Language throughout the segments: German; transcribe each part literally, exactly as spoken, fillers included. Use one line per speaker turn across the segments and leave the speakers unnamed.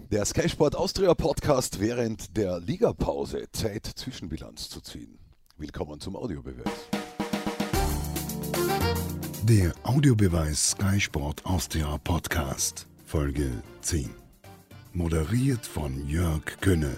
Der Sky Sport Austria Podcast während der Ligapause. Zeit, Zwischenbilanz zu ziehen. Willkommen zum Audiobeweis.
Der Audiobeweis Sky Sport Austria Podcast, Folge zehn. Moderiert von Jörg Könne.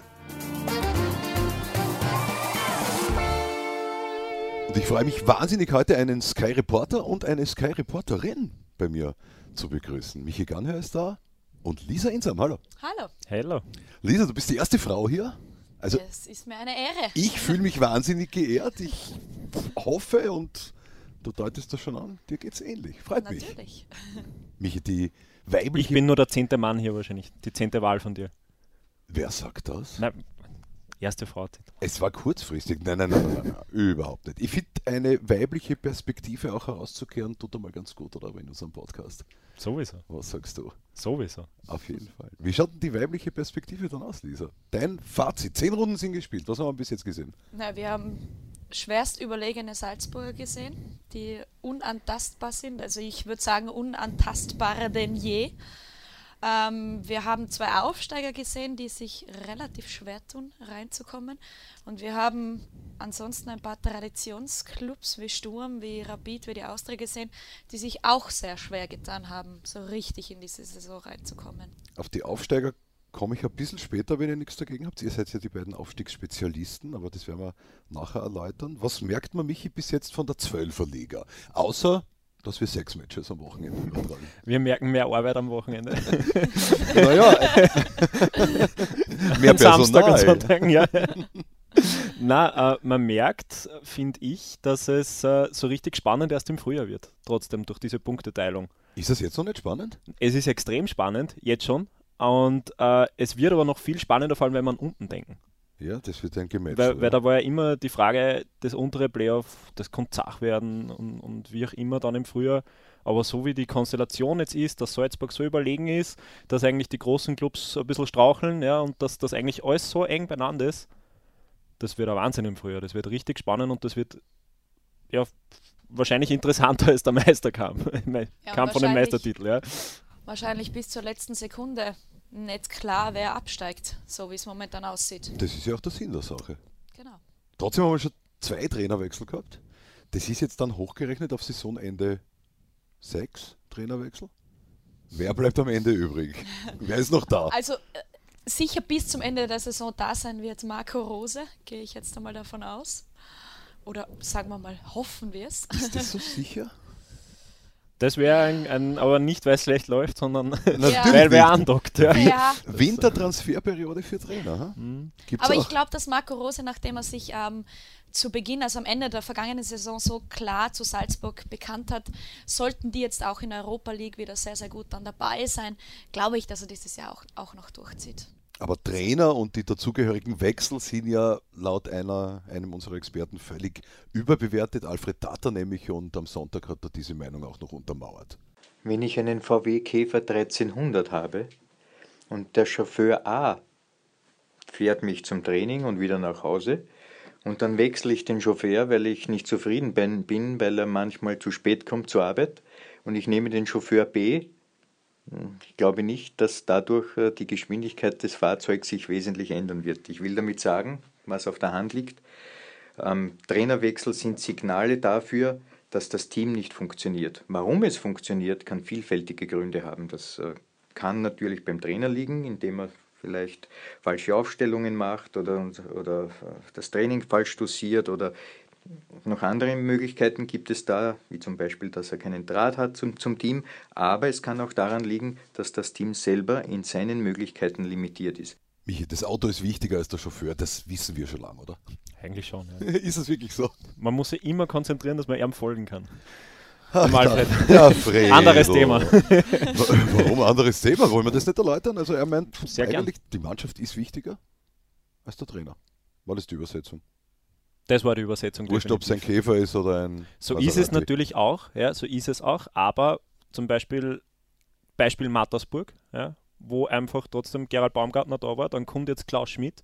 Und ich freue mich wahnsinnig, heute einen Sky Reporter und eine Sky Reporterin bei mir zu begrüßen. Michi Gannhöhr ist da und Lisa Insam. Hallo.
Hallo.
Hallo.
Lisa, du bist die erste Frau hier. Also,
es ist mir eine Ehre.
Ich fühle mich wahnsinnig geehrt. Ich hoffe und du deutest das schon an, dir geht's ähnlich. Freut mich.
Natürlich.
Michi, die weibliche...
Ich bin nur der zehnte Mann hier wahrscheinlich. Die zehnte Wahl von dir.
Wer sagt das?
Nein, erste Frau.
Es war kurzfristig. Nein, nein, nein, nein, nein, nein. Überhaupt nicht. Ich finde, eine weibliche Perspektive auch herauszukehren, tut einmal ganz gut, oder? In unserem Podcast.
Sowieso.
Was sagst du?
Sowieso.
Auf jeden Fall. Wie schaut denn die weibliche Perspektive dann aus, Lisa? Dein Fazit. Zehn Runden sind gespielt. Was haben wir bis jetzt gesehen?
Na, wir haben schwerst überlegene Salzburger gesehen, die unantastbar sind. Also ich würde sagen, unantastbarer denn je. Ähm, wir haben zwei Aufsteiger gesehen, die sich relativ schwer tun, reinzukommen. Und wir haben ansonsten ein paar Traditionsclubs wie Sturm, wie Rapid, wie die Austria gesehen, die sich auch sehr schwer getan haben, so richtig in diese Saison reinzukommen.
Auf die Aufsteiger komme ich ein bisschen später, wenn ihr nichts dagegen habt. Ihr seid ja die beiden Aufstiegsspezialisten, aber das werden wir nachher erläutern. Was merkt man, Michi, bis jetzt von der Zwölferliga? Außer, dass wir sechs Matches am Wochenende übertragen.
Wir merken mehr Arbeit am Wochenende.
Naja, mehr Personal.
Samstag und Sonntag, ja. Na, äh, man merkt, finde ich, dass es äh, so richtig spannend erst im Frühjahr wird. Trotzdem, durch diese Punkteteilung.
Ist das jetzt noch nicht spannend?
Es ist extrem spannend, jetzt schon. Und äh, es wird aber noch viel spannender, vor allem wenn man unten denken.
Ja, das wird ein Gematch.
Weil, weil da war ja immer die Frage, das untere Playoff, das kann zach werden und, und wie auch immer dann im Frühjahr. Aber so wie die Konstellation jetzt ist, dass Salzburg so überlegen ist, dass eigentlich die großen Clubs ein bisschen straucheln, ja, und dass das eigentlich alles so eng beieinander ist, das wird ein Wahnsinn im Frühjahr. Das wird richtig spannend und das wird ja wahrscheinlich interessanter als der Meisterkampf.
Ja,
Kampf von dem Meistertitel, ja.
Wahrscheinlich bis zur letzten Sekunde nicht klar, wer absteigt, so wie es momentan aussieht.
Das ist ja auch der Sinn der Sache.
Genau.
Trotzdem haben wir schon zwei Trainerwechsel gehabt. Das ist jetzt dann hochgerechnet auf Saisonende sechs Trainerwechsel. Wer bleibt am Ende übrig? Wer ist noch da?
Also äh, sicher bis zum Ende der Saison da sein wird Marco Rose, gehe ich jetzt einmal davon aus. Oder sagen wir mal, hoffen wir es.
Ist das so sicher?
Das wäre ein, ein, aber nicht, weil es schlecht läuft, sondern
Ja.
weil wer andockt. Ja.
Ja.
Wintertransferperiode für Trainer. Hm? Gibt's
Aber
auch?
ich glaube, dass Marco Rose, nachdem er sich ähm, zu Beginn, also am Ende der vergangenen Saison so klar zu Salzburg bekannt hat, sollten die jetzt auch in der Europa League wieder sehr, sehr gut dann dabei sein, glaube ich, dass er dieses Jahr auch, auch noch durchzieht.
Aber Trainer und die dazugehörigen Wechsel sind ja laut einer, einem unserer Experten völlig überbewertet. Alfred Tatar nämlich, und am Sonntag hat er diese Meinung auch noch untermauert.
Wenn ich einen V W Käfer dreizehnhundert habe und der Chauffeur A fährt mich zum Training und wieder nach Hause und dann wechsle ich den Chauffeur, weil ich nicht zufrieden bin, weil er manchmal zu spät kommt zur Arbeit, und ich nehme den Chauffeur B, ich glaube nicht, dass dadurch die Geschwindigkeit des Fahrzeugs sich wesentlich ändern wird. Ich will damit sagen, was auf der Hand liegt, ähm, Trainerwechsel sind Signale dafür, dass das Team nicht funktioniert. Warum es funktioniert, kann vielfältige Gründe haben. Das äh, kann natürlich beim Trainer liegen, indem er vielleicht falsche Aufstellungen macht oder, oder das Training falsch dosiert, oder noch andere Möglichkeiten gibt es da, wie zum Beispiel, dass er keinen Draht hat zum, zum Team. Aber es kann auch daran liegen, dass das Team selber in seinen Möglichkeiten limitiert ist.
Michi, das Auto ist wichtiger als der Chauffeur, das wissen wir schon lange, oder?
Eigentlich schon, ja.
Ist es wirklich so?
Man muss sich immer konzentrieren, dass man ihm folgen kann.
Ach,
Alfred.
Ja, Fredo.
Anderes Thema.
Warum anderes Thema? Wollen wir das nicht erläutern? Also er meint,
Sehr
eigentlich
gern.
die Mannschaft ist wichtiger als der Trainer. War das die Übersetzung?
Das war die Übersetzung.
Wurscht, ob es ein
definitiv.
Käfer ist oder ein...
So ist es natürlich auch, ja, so ist es auch, aber zum Beispiel Beispiel Mattersburg, ja, wo einfach trotzdem Gerald Baumgartner da war, dann kommt jetzt Klaus Schmidt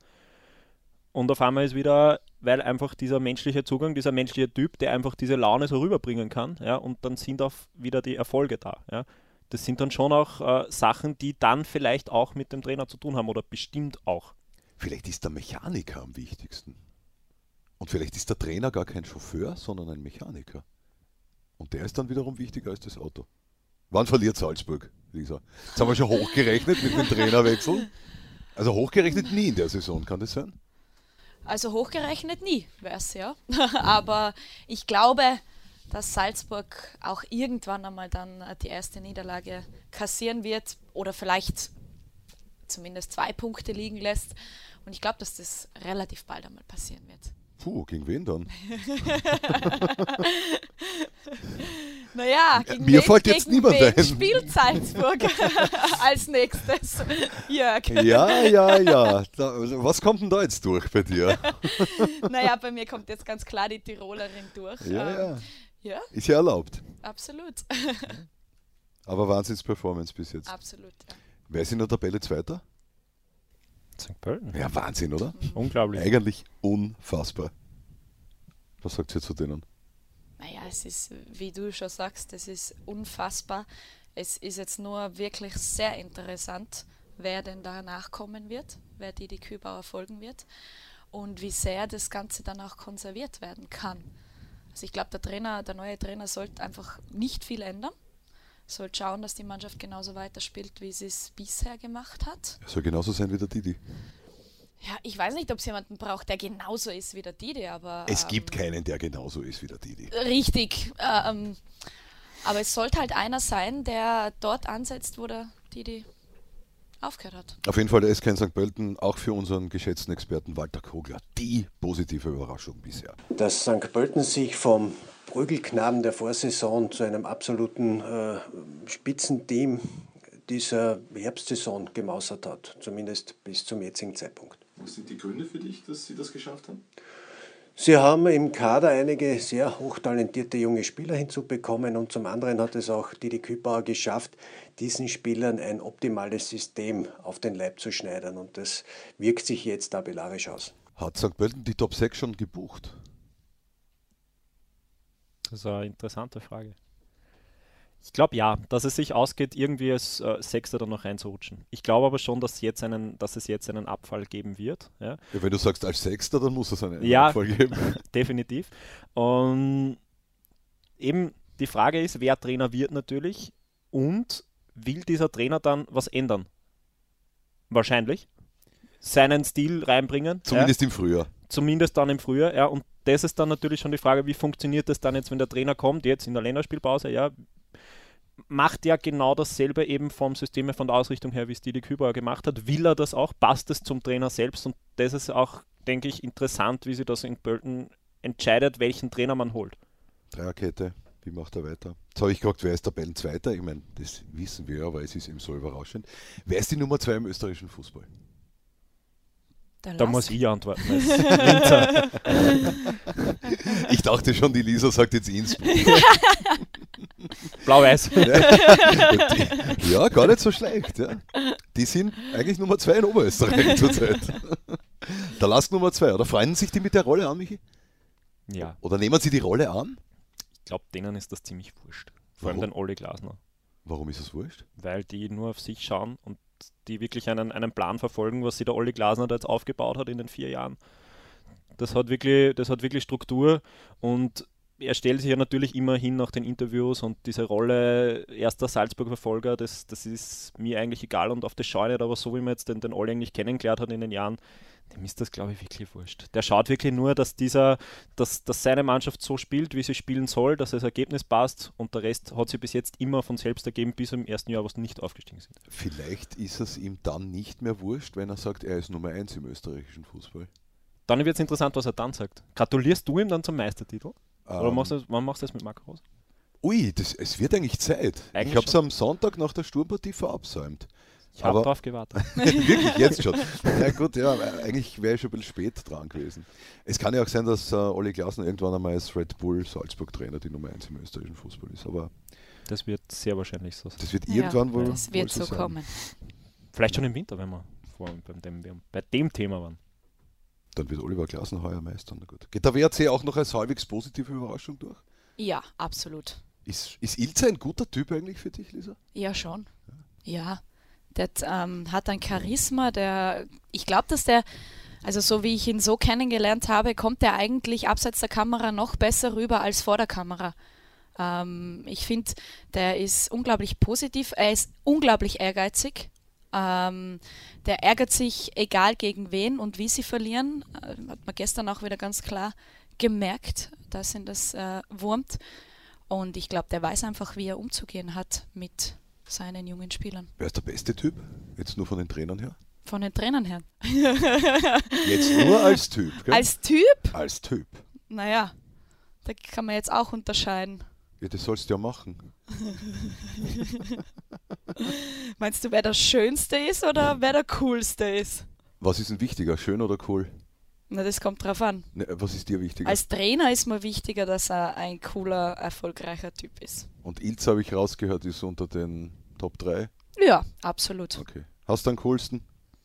und auf einmal ist wieder, weil einfach dieser menschliche Zugang, dieser menschliche Typ, der einfach diese Laune so rüberbringen kann, ja, und dann sind auch wieder die Erfolge da, ja. das sind dann schon auch äh, Sachen, die dann vielleicht auch mit dem Trainer zu tun haben oder bestimmt auch.
Vielleicht ist der Mechaniker am wichtigsten. Und vielleicht ist der Trainer gar kein Chauffeur, sondern ein Mechaniker. Und der ist dann wiederum wichtiger als das Auto. Wann verliert Salzburg, Lisa? Jetzt haben wir schon hochgerechnet mit dem Trainerwechsel. Also hochgerechnet nie in der Saison, kann das sein?
Also hochgerechnet nie, wäre es ja. Aber ich glaube, dass Salzburg auch irgendwann einmal dann die erste Niederlage kassieren wird oder vielleicht zumindest zwei Punkte liegen lässt. Und ich glaube, dass das relativ bald einmal passieren wird.
Puh, gegen wen dann?
Naja, gegen
Mir
wen,
fällt jetzt
gegen
niemand
wen
ein.
spielt Salzburg als nächstes? Jörg.
Ja, ja, ja. Da, was kommt denn da jetzt durch bei dir?
Naja, bei mir kommt jetzt ganz klar die Tirolerin durch.
Ja,
Ähm,
ja.
Ja,
Ist ja erlaubt.
absolut.
Aber Wahnsinns-Performance bis jetzt.
Absolut, ja.
Wer ist in der Tabelle Zweiter?
Sankt Pölten.
Ja, Wahnsinn, oder?
Unglaublich.
Eigentlich unfassbar. Was sagt ihr zu denen?
Naja, es ist, wie du schon sagst, es ist unfassbar. Es ist jetzt nur wirklich sehr interessant, wer denn danach kommen wird, wer die die Kübauer folgen wird und wie sehr das Ganze dann auch konserviert werden kann. Also ich glaube, der Trainer, der neue Trainer sollte einfach nicht viel ändern. Sollte schauen, dass die Mannschaft genauso weiterspielt, wie sie es bisher gemacht hat.
Er soll genauso sein wie der Didi.
Ja, ich weiß nicht, ob es jemanden braucht, der genauso ist wie der Didi, aber...
Es
ähm,
gibt keinen, der genauso ist wie der Didi.
Richtig. Ähm, aber es sollte halt einer sein, der dort ansetzt, wo der Didi aufgehört hat.
Auf jeden Fall der S K in Sankt Pölten, auch für unseren geschätzten Experten Walter Kogler, die positive Überraschung bisher.
Dass Sankt Pölten sich vom Prügelknaben der Vorsaison zu einem absoluten äh, Spitzenteam dieser Herbstsaison gemausert hat, zumindest bis zum jetzigen Zeitpunkt.
Was sind die Gründe für dich, dass sie das geschafft haben?
Sie haben im Kader einige sehr hochtalentierte junge Spieler hinzubekommen und zum anderen hat es auch Didi Kübauer geschafft, diesen Spielern ein optimales System auf den Leib zu schneidern und das wirkt sich jetzt tabellarisch aus.
Hat Sankt Pölten die Top sechs schon gebucht?
Das ist eine interessante Frage. Ich glaube ja, dass es sich ausgeht, irgendwie als äh, Sechster dann noch reinzurutschen. Ich glaube aber schon, dass, jetzt einen, dass es jetzt einen Abfall geben wird. Ja,
Ja, wenn du sagst als Sechster, dann muss es einen
Ja.
Abfall geben.
definitiv. Und eben die Frage ist, wer Trainer wird natürlich und will dieser Trainer dann was ändern? Wahrscheinlich. Seinen Stil reinbringen.
Zumindest im Frühjahr.
Zumindest dann im Frühjahr, ja. Und das ist dann natürlich schon die Frage, wie funktioniert das dann jetzt, wenn der Trainer kommt, jetzt in der Länderspielpause, ja. Macht er genau dasselbe eben vom System her, von der Ausrichtung her, wie es Didi Kübauer gemacht hat? Will er das auch? Passt es zum Trainer selbst? Und das ist auch, denke ich, interessant, wie sich das in Pölten entscheidet, welchen Trainer man holt.
Dreierkette, wie macht er weiter? Jetzt habe ich gefragt, wer ist Tabellenzweiter? Ich meine, das wissen wir ja, aber es ist eben so überraschend. Wer ist die Nummer zwei im österreichischen Fußball?
Der
Da
Lask.
muss ich antworten. als Linzer.
Ich dachte schon, die Lisa sagt jetzt Innsbruck.
Blau-Weiß.
Die, ja, gar nicht so schlecht. Ja. Die sind eigentlich Nummer zwei in Oberösterreich zurzeit. Der Lask Nummer zwei. Oder freuen sich die mit der Rolle an, Michi?
Ja,
Oder nehmen sie die Rolle an?
ich glaube, denen ist das ziemlich wurscht. Vor allem
Warum?
den Olli Glasner.
Warum ist es wurscht?
Weil die nur auf sich schauen und die wirklich einen, einen Plan verfolgen, was sich der Olli Glasner da jetzt aufgebaut hat in den vier Jahren. Das hat wirklich, das hat wirklich Struktur und er stellt sich ja natürlich immer hin nach den Interviews und diese Rolle erster Salzburg-Verfolger, das, das ist mir eigentlich egal und auf das schaue ich nicht, aber so wie man jetzt den, den Olli eigentlich kennengelernt hat in den Jahren, dem ist das, glaube ich, wirklich wurscht. Der schaut wirklich nur, dass dieser, dass, dass seine Mannschaft so spielt, wie sie spielen soll, dass das Ergebnis passt und der Rest hat sich bis jetzt immer von selbst ergeben, bis im ersten Jahr, wo sie nicht aufgestiegen sind.
Vielleicht ist es ihm dann nicht mehr wurscht, wenn er sagt, er ist Nummer eins im österreichischen Fußball.
Dann wird es interessant, was er dann sagt. Gratulierst du ihm dann zum Meistertitel? Oder
Ähm,
machst du das, wann machst du das mit Marco Rose?
Ui, das, es wird eigentlich Zeit.
Eigentlich
ich habe es
schon.
am Sonntag nach der Sturmpartie verabsäumt.
Ich habe
Aber-
drauf gewartet.
Wirklich, jetzt schon. Ja gut, ja, eigentlich wäre ich schon ein bisschen spät dran gewesen. Es kann ja auch sein, dass äh, Olli Glasner irgendwann einmal als Red Bull Salzburg-Trainer die Nummer eins im österreichischen Fußball ist. Aber
Das wird sehr wahrscheinlich so sein.
das wird
Ja,
irgendwann wohl
das wird
wohl
so
sein.
kommen.
Vielleicht schon im Winter, wenn wir vor, beim dem, bei dem Thema waren.
Dann wird Oliver Glasner heuer Meister. Na gut. Geht der W R C auch noch als halbwegs positive Überraschung durch?
Ja, absolut.
Ist, ist Ilze ein guter Typ eigentlich für dich, Lisa?
Ja, schon. Ja. Der ähm, hat ein Charisma, der, ich glaube, dass der, also so wie ich ihn so kennengelernt habe, kommt der eigentlich abseits der Kamera noch besser rüber als vor der Kamera. Ähm, ich finde, der ist unglaublich positiv, er ist unglaublich ehrgeizig. Ähm, der ärgert sich, egal gegen wen und wie sie verlieren. Äh, hat man gestern auch wieder ganz klar gemerkt, dass ihn das äh, wurmt. Und ich glaube, der weiß einfach, wie er umzugehen hat mit seinen jungen Spielern.
Wer ist der beste Typ? Jetzt nur von den Trainern her?
Von den Trainern her.
Jetzt nur als Typ, gell?
Als Typ?
Als Typ.
Naja, da kann man jetzt auch unterscheiden.
Ja, das sollst du ja machen.
Meinst du, wer der Schönste ist oder wer der Coolste ist?
Was ist denn wichtiger, schön oder cool?
Na, das kommt drauf an.
Ne, was ist dir wichtiger?
Als Trainer ist mir wichtiger, dass er ein cooler, erfolgreicher Typ ist.
Und Ilze, habe ich rausgehört, ist unter den Top drei?
Ja, absolut.
Okay. Hast du den coolsten?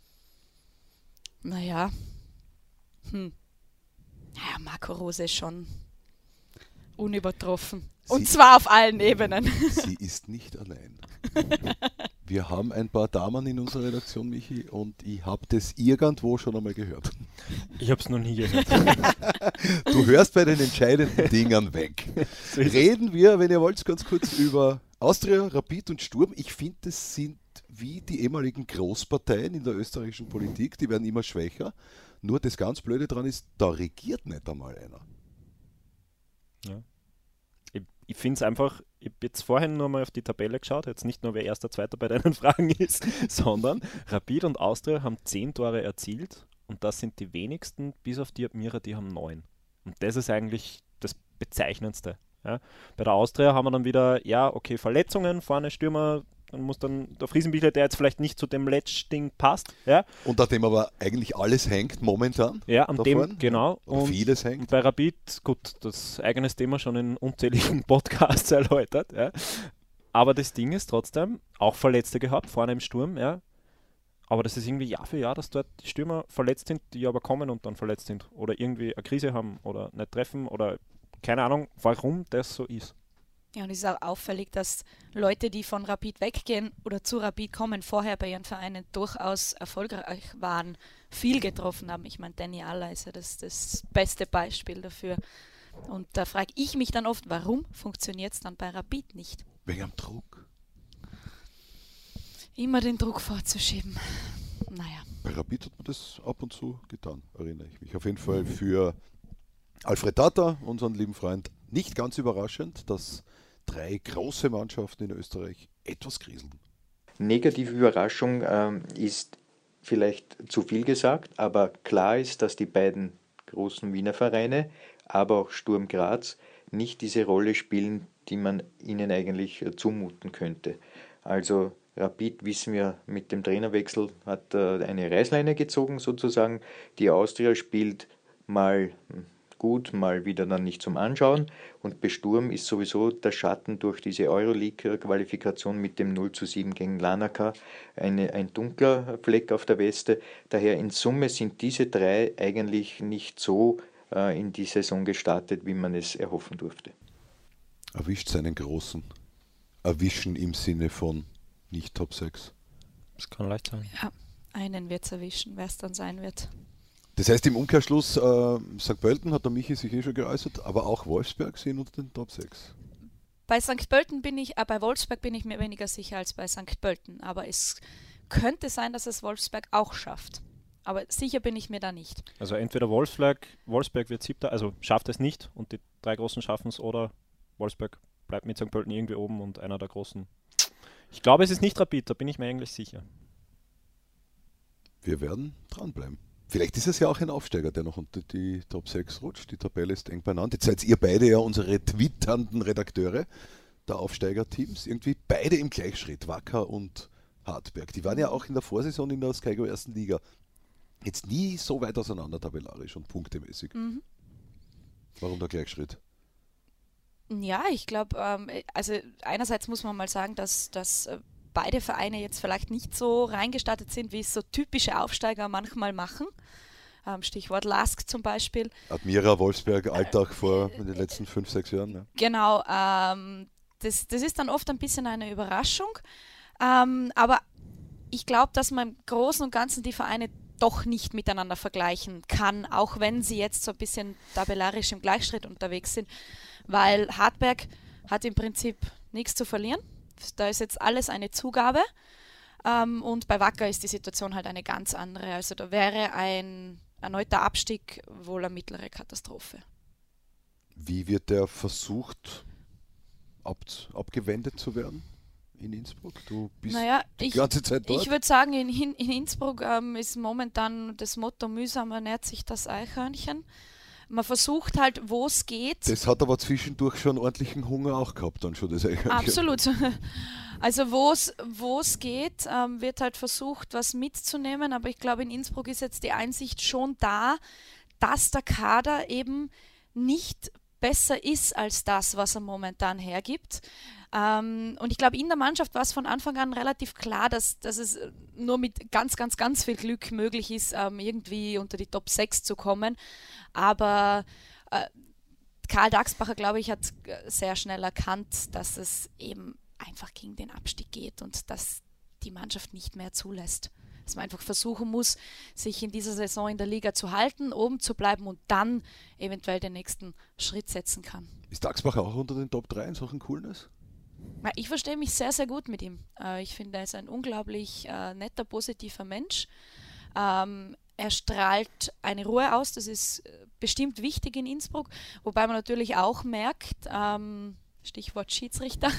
Naja. Hm. Naja, Marco Rose ist schon unübertroffen.
Sie,
Und zwar auf allen Ebenen.
Sie ist nicht allein. Wir haben ein paar Damen in unserer Redaktion, Michi, und ich habe das irgendwo schon einmal gehört.
Ich habe es noch nie gehört.
Du hörst bei den entscheidenden Dingen weg. Reden wir, wenn ihr wollt, ganz kurz über Austria, Rapid und Sturm. Ich finde, das sind wie die ehemaligen Großparteien in der österreichischen Politik, die werden immer schwächer. Nur das ganz Blöde daran ist, da regiert nicht einmal einer.
Ja. Ich, ich finde es einfach, ich habe jetzt vorhin nur mal auf die Tabelle geschaut, jetzt nicht nur wer Erster, Zweiter bei deinen Fragen ist, sondern Rapid und Austria haben zehn Tore erzielt und das sind die wenigsten, bis auf die Admira, die haben neun. Und das ist eigentlich das Bezeichnendste. Ja. Bei der Austria haben wir dann wieder, ja, okay, Verletzungen, vorne Stürmer, dann muss dann der Friesenbichler, der jetzt vielleicht nicht zu dem Letztding passt. Ja.
Und an dem aber eigentlich alles hängt momentan.
Ja, an dem,
vorne.
genau.
Und vieles hängt.
Und bei Rapid, gut, das eigenes Thema schon in unzähligen Podcasts erläutert. Ja. Aber das Ding ist trotzdem, auch Verletzte gehabt, vorne im Sturm. Ja. Aber das ist irgendwie Jahr für Jahr, dass dort die Stürmer verletzt sind, die aber kommen und dann verletzt sind. Oder irgendwie eine Krise haben oder nicht treffen oder keine Ahnung, warum das so ist.
Ja, und es ist auch auffällig, dass Leute, die von Rapid weggehen oder zu Rapid kommen, vorher bei ihren Vereinen durchaus erfolgreich waren, viel getroffen haben. Ich meine, Danny Aller ist ja das, das beste Beispiel dafür. Und da frage ich mich dann oft, warum funktioniert es dann bei Rapid nicht?
Wegen am Druck.
Immer den Druck vorzuschieben. Naja.
Bei Rapid hat man das ab und zu getan, erinnere ich mich. Auf jeden Fall für Alfred Tata, unseren lieben Freund, nicht ganz überraschend, dass drei große Mannschaften in Österreich etwas kriseln.
Negative Überraschung ähm, ist vielleicht zu viel gesagt, aber klar ist, dass die beiden großen Wiener Vereine, aber auch Sturm Graz, nicht diese Rolle spielen, die man ihnen eigentlich äh, zumuten könnte. Also Rapid, wissen wir, mit dem Trainerwechsel hat äh, eine Reißleine gezogen sozusagen. Die Austria spielt mal gut, mal wieder dann nicht zum Anschauen. Und bei Sturm ist sowieso der Schatten durch diese Euroleague-Qualifikation mit dem null zu sieben gegen Larnaca eine, ein dunkler Fleck auf der Weste. Daher in Summe sind diese drei eigentlich nicht so äh, in die Saison gestartet, wie man es erhoffen durfte.
Erwischt seinen Großen. Erwischen im Sinne von nicht Top sechs.
Das kann leicht sein.
Ja, einen wird es erwischen, wer es dann sein wird.
Das heißt im Umkehrschluss, äh, Sankt Pölten hat der Michi sich eh schon geäußert, aber auch Wolfsberg sind unter den Top sechs.
Bei Sankt Pölten bin ich, äh, bei Wolfsberg bin ich mir weniger sicher als bei Sankt Pölten, aber es könnte sein, dass es Wolfsberg auch schafft. Aber sicher bin ich mir da nicht.
Also entweder Wolfsberg, Wolfsberg wird siebter, also schafft es nicht und die drei Großen schaffen es, oder Wolfsberg bleibt mit Sankt Pölten irgendwie oben und einer der Großen. Ich glaube, es ist nicht Rapid, da bin ich mir eigentlich sicher.
Wir werden dranbleiben. Vielleicht ist es ja auch ein Aufsteiger, der noch unter die Top sechs rutscht. Die Tabelle ist eng beieinander. Jetzt seid ihr beide ja unsere twitternden Redakteure der Aufsteigerteams. Irgendwie beide im Gleichschritt, Wacker und Hartberg. Die waren ja auch in der Vorsaison in der Sky Go ersten Liga jetzt nie so weit auseinander tabellarisch und punktemäßig. Mhm. Warum der Gleichschritt?
Ja, ich glaube, ähm, also einerseits muss man mal sagen, dass, dass äh, beide Vereine jetzt vielleicht nicht so reingestartet sind, wie es so typische Aufsteiger manchmal machen. Ähm, Stichwort Lask zum Beispiel.
Admira, Wolfsberg, Alltag vor in den letzten fünf, sechs Jahren. Ja.
Genau. Ähm, das, das ist dann oft ein bisschen eine Überraschung. Ähm, aber ich glaube, dass man im Großen und Ganzen die Vereine doch nicht miteinander vergleichen kann, auch wenn sie jetzt so ein bisschen tabellarisch im Gleichschritt unterwegs sind, weil Hartberg hat im Prinzip nichts zu verlieren. Da ist jetzt alles eine Zugabe. Ähm, und bei Wacker ist die Situation halt eine ganz andere. Also da wäre ein erneuter Abstieg wohl eine mittlere Katastrophe.
Wie wird der versucht, ab, abgewendet zu werden in Innsbruck? Du bist
naja,
die
ich,
ganze Zeit dort.
Ich würde sagen, in, in Innsbruck ähm, ist momentan das Motto: mühsam ernährt sich das Eichhörnchen. Man versucht halt, wo es geht.
Das hat aber zwischendurch schon ordentlichen Hunger auch gehabt, dann schon das Eichhörnchen.
Absolut. Also wo es geht, ähm, wird halt versucht, was mitzunehmen. Aber ich glaube, in Innsbruck ist jetzt die Einsicht schon da, dass der Kader eben nicht besser ist als das, was er momentan hergibt. Ähm, und ich glaube, in der Mannschaft war es von Anfang an relativ klar, dass, dass es nur mit ganz, ganz, ganz viel Glück möglich ist, ähm, irgendwie unter die Top sechs zu kommen. Aber äh, Karl Daxbacher, glaube ich, hat sehr schnell erkannt, dass es eben einfach gegen den Abstieg geht und dass die Mannschaft nicht mehr zulässt. Dass man einfach versuchen muss, sich in dieser Saison in der Liga zu halten, oben zu bleiben und dann eventuell den nächsten Schritt setzen kann.
Ist Daxbacher auch unter den Top drei in Sachen Coolness?
Ich verstehe mich sehr, sehr gut mit ihm. Ich finde, er ist ein unglaublich äh, netter, positiver Mensch. Ähm, er strahlt eine Ruhe aus, das ist bestimmt wichtig in Innsbruck, wobei man natürlich auch merkt, ähm, Stichwort Schiedsrichter,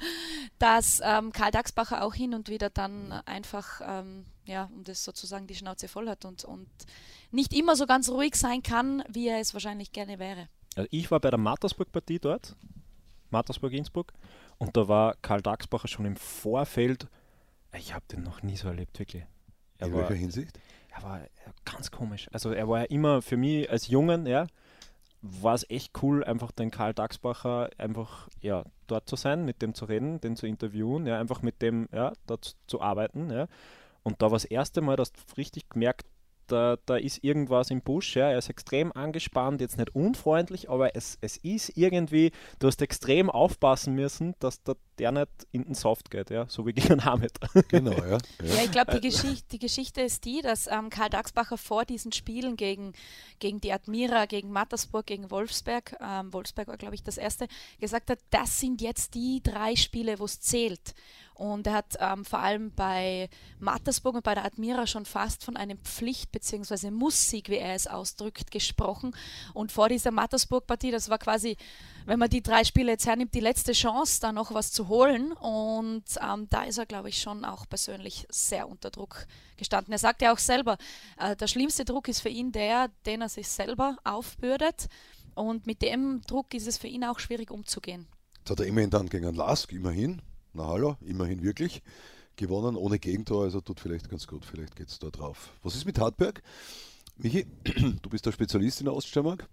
dass ähm, Karl Daxbacher auch hin und wieder dann einfach, ähm, ja, um das sozusagen die Schnauze voll hat und, und nicht immer so ganz ruhig sein kann, wie er es wahrscheinlich gerne wäre.
Also ich war bei der Mattersburg-Partie dort, Mattersburg-Innsbruck, und da war Karl Daxbacher schon im Vorfeld, ich habe den noch nie so erlebt, wirklich. Er
in
war,
welcher Hinsicht?
Er war ganz komisch. Also er war ja immer für mich als Jungen, ja, war es echt cool, einfach den Karl Daxbacher einfach ja, dort zu sein, mit dem zu reden, den zu interviewen, ja, einfach mit dem ja, dort zu arbeiten. Ja. Und da war das erste Mal, dass du richtig gemerkt, da, da ist irgendwas im Busch, ja. Er ist extrem angespannt, jetzt nicht unfreundlich, aber es, es ist irgendwie, du hast extrem aufpassen müssen, dass da der nicht in den Soft geht, ja, so wie gegen Hamid.
Genau, ja. Ja,
ja ich glaube, die, Geschicht, die Geschichte ist die, dass ähm, Karl Daxbacher vor diesen Spielen gegen, gegen die Admira, gegen Mattersburg, gegen Wolfsberg, ähm, Wolfsberg war, glaube ich, das erste, gesagt hat, das sind jetzt die drei Spiele, wo es zählt. Und er hat ähm, vor allem bei Mattersburg und bei der Admira schon fast von einem Pflicht- bzw. Muss-Sieg, wie er es ausdrückt, gesprochen. Und vor dieser Mattersburg-Partie, das war quasi, wenn man die drei Spiele jetzt hernimmt, die letzte Chance, da noch was zu holen. Und ähm, da ist er, glaube ich, schon auch persönlich sehr unter Druck gestanden. Er sagt ja auch selber, äh, der schlimmste Druck ist für ihn der, den er sich selber aufbürdet. Und mit dem Druck ist es für ihn auch schwierig umzugehen.
Jetzt hat er immerhin dann gegen einen Lask, immerhin. Na hallo, immerhin wirklich gewonnen, ohne Gegentor, also tut vielleicht ganz gut, vielleicht geht es da drauf. Was ist mit Hartberg? Michi, du bist der Spezialist in der Oststeiermark.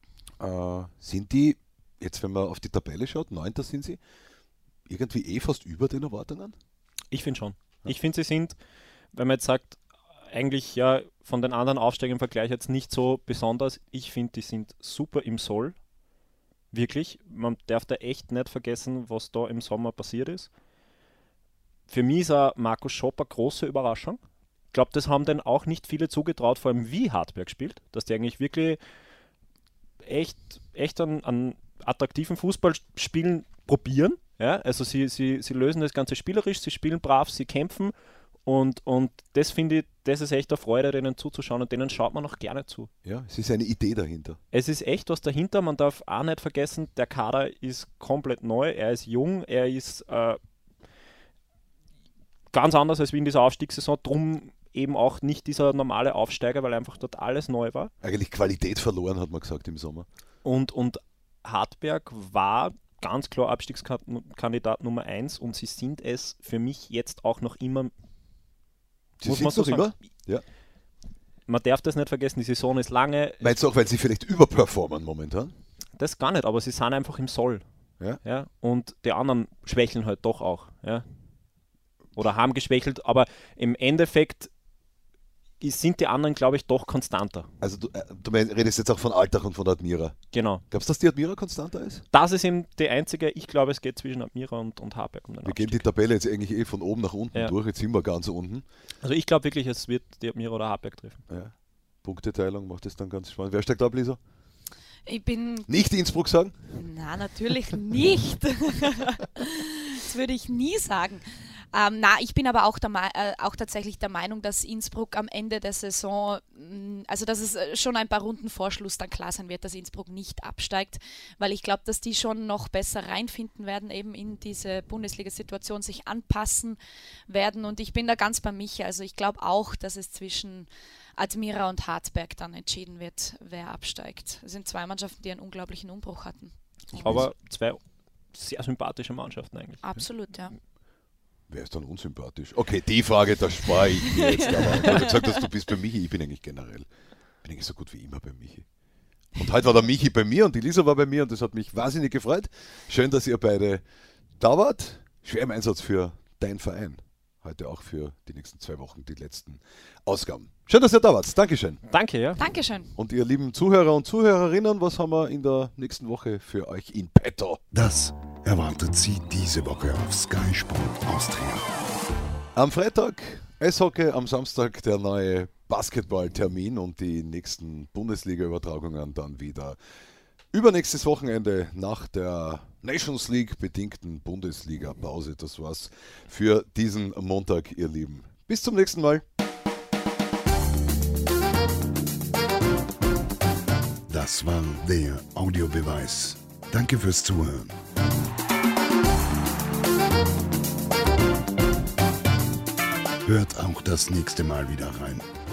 Äh, sind die, jetzt wenn man auf die Tabelle schaut, Neunter sind sie, irgendwie eh fast über den Erwartungen?
Ich finde schon. Ja. Ich finde, sie sind, wenn man jetzt sagt, eigentlich ja von den anderen Aufsteigern im Vergleich jetzt nicht so besonders, ich finde, die sind super im Soll. Wirklich, man darf da echt nicht vergessen, was da im Sommer passiert ist. Für mich ist auch Markus Schopp eine große Überraschung. Ich glaube, das haben denn auch nicht viele zugetraut, vor allem wie Hartberg spielt, dass die eigentlich wirklich echt, echt an, an attraktiven Fußballspielen probieren. Ja? Also sie, sie, sie lösen das Ganze spielerisch, sie spielen brav, sie kämpfen. Und, und das finde ich, das ist echt eine Freude, denen zuzuschauen und denen schaut man auch gerne zu.
Ja, es ist eine Idee dahinter.
Es ist echt was dahinter, man darf auch nicht vergessen, der Kader ist komplett neu, er ist jung, er ist äh, ganz anders als wie in dieser Aufstiegssaison, drum eben auch nicht dieser normale Aufsteiger, weil einfach dort alles neu war.
Eigentlich Qualität verloren, hat man gesagt im Sommer.
Und, und Hartberg war ganz klar Abstiegskandidat Nummer eins und sie sind es für mich jetzt auch noch immer.
Sie sind es noch immer? Ja.
Man darf das nicht vergessen, die Saison ist lange.
Meinst du auch, weil sie vielleicht überperformen momentan?
Das gar nicht, aber sie sind einfach im Soll.
Ja.
Ja, und die anderen schwächeln halt doch auch. Ja. Oder haben geschwächelt, aber im Endeffekt sind die anderen, glaube ich, doch konstanter.
Also du, äh, du redest jetzt auch von Altach und von Admira.
Genau.
Glaubst du, dass die Admira konstanter ist?
Das ist eben die einzige, ich glaube, es geht zwischen Admira und, und Hartberg um den
Wir
Abstieg.
gehen die Tabelle jetzt eigentlich eh von oben nach unten
Ja.
durch, jetzt sind wir ganz unten.
Also ich glaube wirklich, es wird die Admira oder Hartberg treffen.
Ja. Punkteteilung macht es dann ganz spannend. Wer steigt ab, Lisa?
Ich bin.
Nicht Innsbruck sagen?
Na, natürlich nicht. Das würde ich nie sagen. Ähm, na, ich bin aber auch, der, Me- äh, auch tatsächlich der Meinung, dass Innsbruck am Ende der Saison, mh, also dass es äh, schon ein paar Runden vor Schluss dann klar sein wird, dass Innsbruck nicht absteigt, weil ich glaube, dass die schon noch besser reinfinden werden, eben in diese Bundesliga-Situation, sich anpassen werden, und ich bin da ganz bei Michi. Also ich glaube auch, dass es zwischen Admira und Hartberg dann entschieden wird, wer absteigt. Es sind zwei Mannschaften, die einen unglaublichen Umbruch hatten.
Aber zwei sehr sympathische Mannschaften eigentlich.
Absolut, ja.
Wer ist dann unsympathisch? Okay, die Frage, da spare ich mir jetzt. Aber weil du gesagt hast, du bist bei Michi, ich bin eigentlich generell. Bin eigentlich so gut wie immer bei Michi. Und heute war der Michi bei mir und die Lisa war bei mir und das hat mich wahnsinnig gefreut. Schön, dass ihr beide da wart. Schwer im Einsatz für dein Verein. Heute auch für die nächsten zwei Wochen die letzten Ausgaben. Schön, dass ihr da wart. Dankeschön.
Danke, ja.
Dankeschön.
Und ihr lieben Zuhörer und Zuhörerinnen, was haben wir in der nächsten Woche für euch in petto?
Das erwartet Sie diese Woche auf Sky Sport Austria.
Am Freitag Eishockey, am Samstag der neue Basketballtermin und die nächsten Bundesliga-Übertragungen dann wieder übernächstes Wochenende nach der Nations League bedingten Bundesliga-Pause. Das war's für diesen Montag, ihr Lieben. Bis zum nächsten Mal.
Das war der Audiobeweis. Danke fürs Zuhören. Hört auch das nächste Mal wieder rein.